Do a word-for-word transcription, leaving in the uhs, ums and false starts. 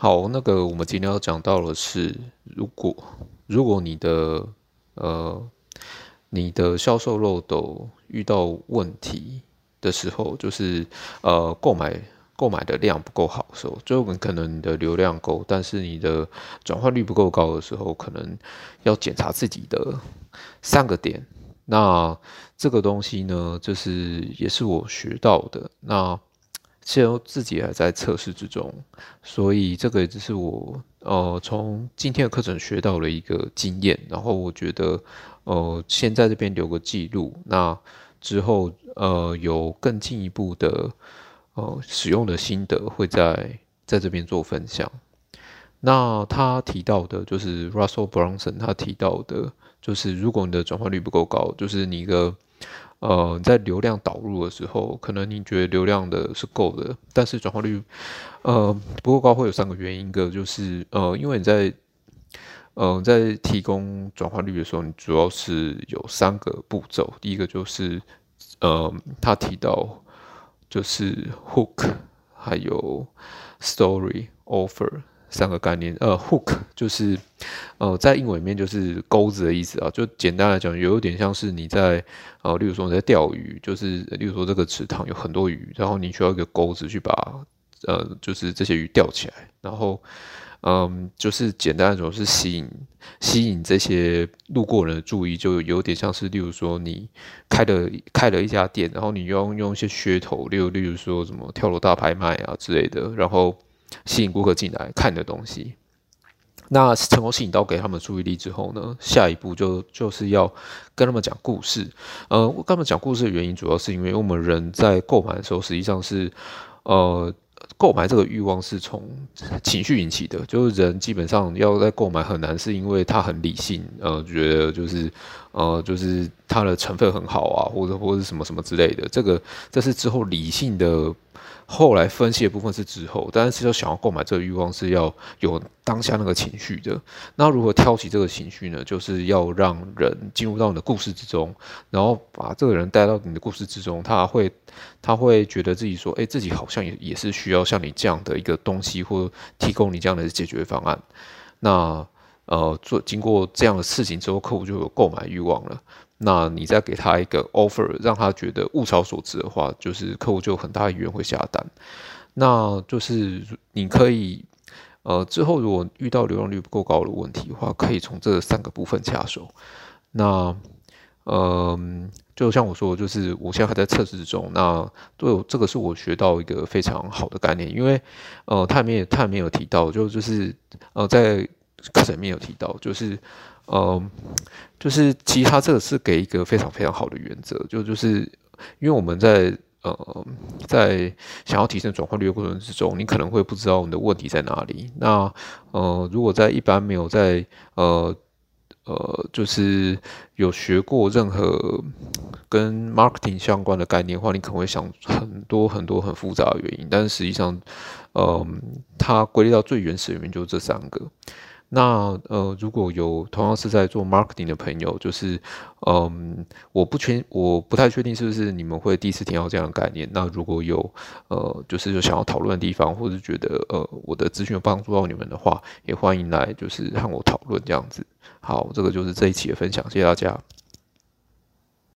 好，那个我们今天要讲到的是，如果如果你的呃你的销售漏斗遇到问题的时候，就是呃购买购买的量不够好的时候，就可能你的流量够，但是你的转换率不够高的时候，可能要检查自己的三个点。那这个东西呢，就是也是我学到的。那现在自己还在测试之中，所以这个也只是我呃从今天的课程学到了一个经验，然后我觉得呃先在这边留个记录，那之后呃有更进一步的呃使用的心得会在在这边做分享。那他提到的就是 Russell Brunson，他提到的就是如果你的转换率不够高，就是你一个呃你在流量导入的时候，可能你觉得流量的是够的，但是转换率呃不够高会有三个原因，一个就是呃因为你在呃在提供转换率的时候，你主要是有三个步骤，第一个就是呃他提到就是 hook，还有 story offer。三个概念，呃，hook 就是，呃，在英文里面就是钩子的意思啊。就简单来讲，有点像是你在，呃，例如说你在钓鱼，就是例如说这个池塘有很多鱼，然后你需要一个钩子去把，呃，就是这些鱼钓起来。然后，嗯，就是简单来说是吸引吸引这些路过人的注意，就有点像是例如说你开了开了一家店，然后你用用一些噱头，例如例如说什么跳楼大拍卖啊之类的，然后吸引顾客进来看你的东西。那成功吸引到给他们注意力之后呢，下一步就就是要跟他们讲故事。呃，我跟他们讲故事的原因，主要是因为我们人在购买的时候，实际上是呃。购买这个欲望是从情绪引起的，就是人基本上要在购买很难，是因为他很理性，呃，觉得就是呃，就是它的成分很好啊，或者或者是什么什么之类的，这个这是之后理性的。后来分析的部分是之后，但是要想要购买这个欲望是要有当下那个情绪的。那如何挑起这个情绪呢？就是要让人进入到你的故事之中，然后把这个人带到你的故事之中，他会他会觉得自己说，哎，自己好像也也是需要像你这样的一个东西，或提供你这样的解决方案。那呃，做经过这样的事情之后，客户就有购买欲望了。那你再给他一个 offer，让他觉得物超所值的话，就是客户就有很大意愿会下单。那就是你可以，呃，之后如果遇到流量率不够高的问题的话，可以从这三个部分下手。那，嗯、就像我说的，就是我现在还在测试中。那对我这个是我学到一个非常好的概念，因为，呃，他里面他里面有提到，就就是呃，在课程里面有提到，就是。嗯，就是其实他这个是给一个非常非常好的原则，就就是因为我们在呃在想要提升转换率的过程之中，你可能会不知道你的问题在哪里。那呃，如果在一般没有在呃呃就是有学过任何跟 marketing 相关的概念的话，你可能会想很多很多很复杂的原因，但是实际上，嗯、它归类到最原始的原因就是这三个。那呃，如果有同样是在做 marketing 的朋友，就是嗯，我不确我不太确定是不是你们会第一次听到这样的概念。那如果有呃，就是有想要讨论的地方，或者觉得呃我的资讯有帮助到你们的话，也欢迎来就是和我讨论这样子。好，这个就是这一期的分享，谢谢大家。